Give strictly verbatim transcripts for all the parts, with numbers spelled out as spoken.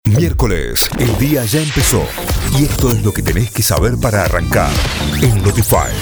Miércoles, el día ya empezó y esto es lo que tenés que saber para arrancar en Notify.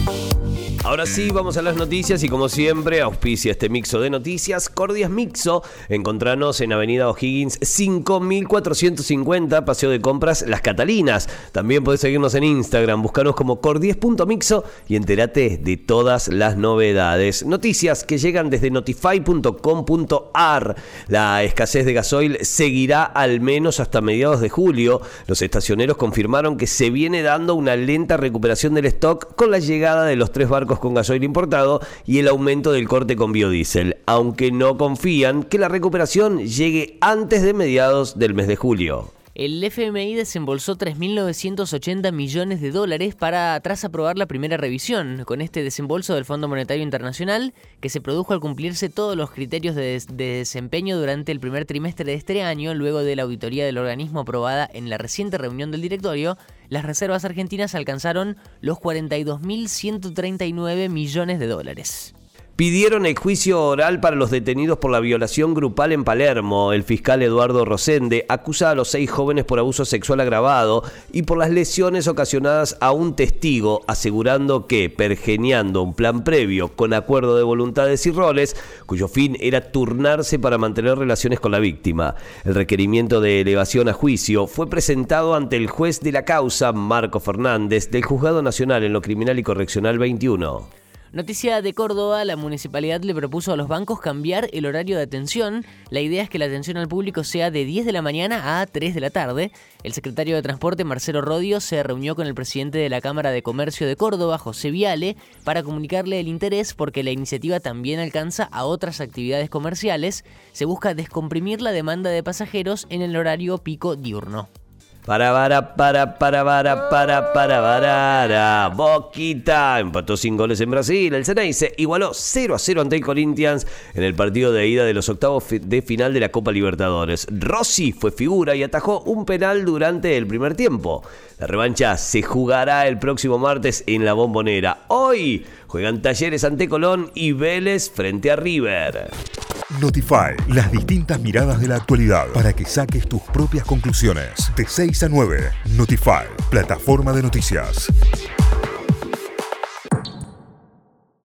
Ahora sí, vamos a las noticias y como siempre, auspicia este mixo de noticias, Cordies Mixo. Encontranos en Avenida O'Higgins cinco mil cuatrocientos cincuenta, Paseo de Compras Las Catalinas. También podés seguirnos en Instagram, buscanos como cordies punto mixo y entérate de todas las novedades. Noticias que llegan desde notify punto com punto ar. La escasez de gasoil seguirá al menos hasta mediados de julio. Los estacioneros confirmaron que se viene dando una lenta recuperación del stock con la llegada de los tres barcos con gasoil importado y el aumento del corte con biodiesel, aunque no confían que la recuperación llegue antes de mediados del mes de julio. El F M I desembolsó tres mil novecientos ochenta millones de dólares para tras aprobar la primera revisión. Con este desembolso del Fondo Monetario Internacional, que se produjo al cumplirse todos los criterios de, des- de desempeño durante el primer trimestre de este año, luego de la auditoría del organismo aprobada en la reciente reunión del directorio, las reservas argentinas alcanzaron los cuarenta y dos mil ciento treinta y nueve millones de dólares. Pidieron el juicio oral para los detenidos por la violación grupal en Palermo. El fiscal Eduardo Rosende acusa a los seis jóvenes por abuso sexual agravado y por las lesiones ocasionadas a un testigo, asegurando que, pergeñando un plan previo con acuerdo de voluntades y roles, cuyo fin era turnarse para mantener relaciones con la víctima. El requerimiento de elevación a juicio fue presentado ante el juez de la causa, Marco Fernández, del Juzgado Nacional en lo Criminal y Correccional veintiuno. Noticia de Córdoba, la municipalidad le propuso a los bancos cambiar el horario de atención. La idea es que la atención al público sea de diez de la mañana a tres de la tarde. El secretario de Transporte, Marcelo Rodio, se reunió con el presidente de la Cámara de Comercio de Córdoba, José Viale, para comunicarle el interés porque la iniciativa también alcanza a otras actividades comerciales. Se busca descomprimir la demanda de pasajeros en el horario pico diurno. Para, para, para, para, para, para, para, para, Boquita empató sin goles en Brasil. El Ceneice igualó cero a cero ante el Corinthians en el partido de ida de los octavos de final de la Copa Libertadores. Rossi fue figura y atajó un penal durante el primer tiempo. La revancha se jugará el próximo martes en la Bombonera. Hoy juegan Talleres ante Colón y Vélez frente a River. Notify, las distintas miradas de la actualidad para que saques tus propias conclusiones. De seis a nueve, Notify, plataforma de noticias.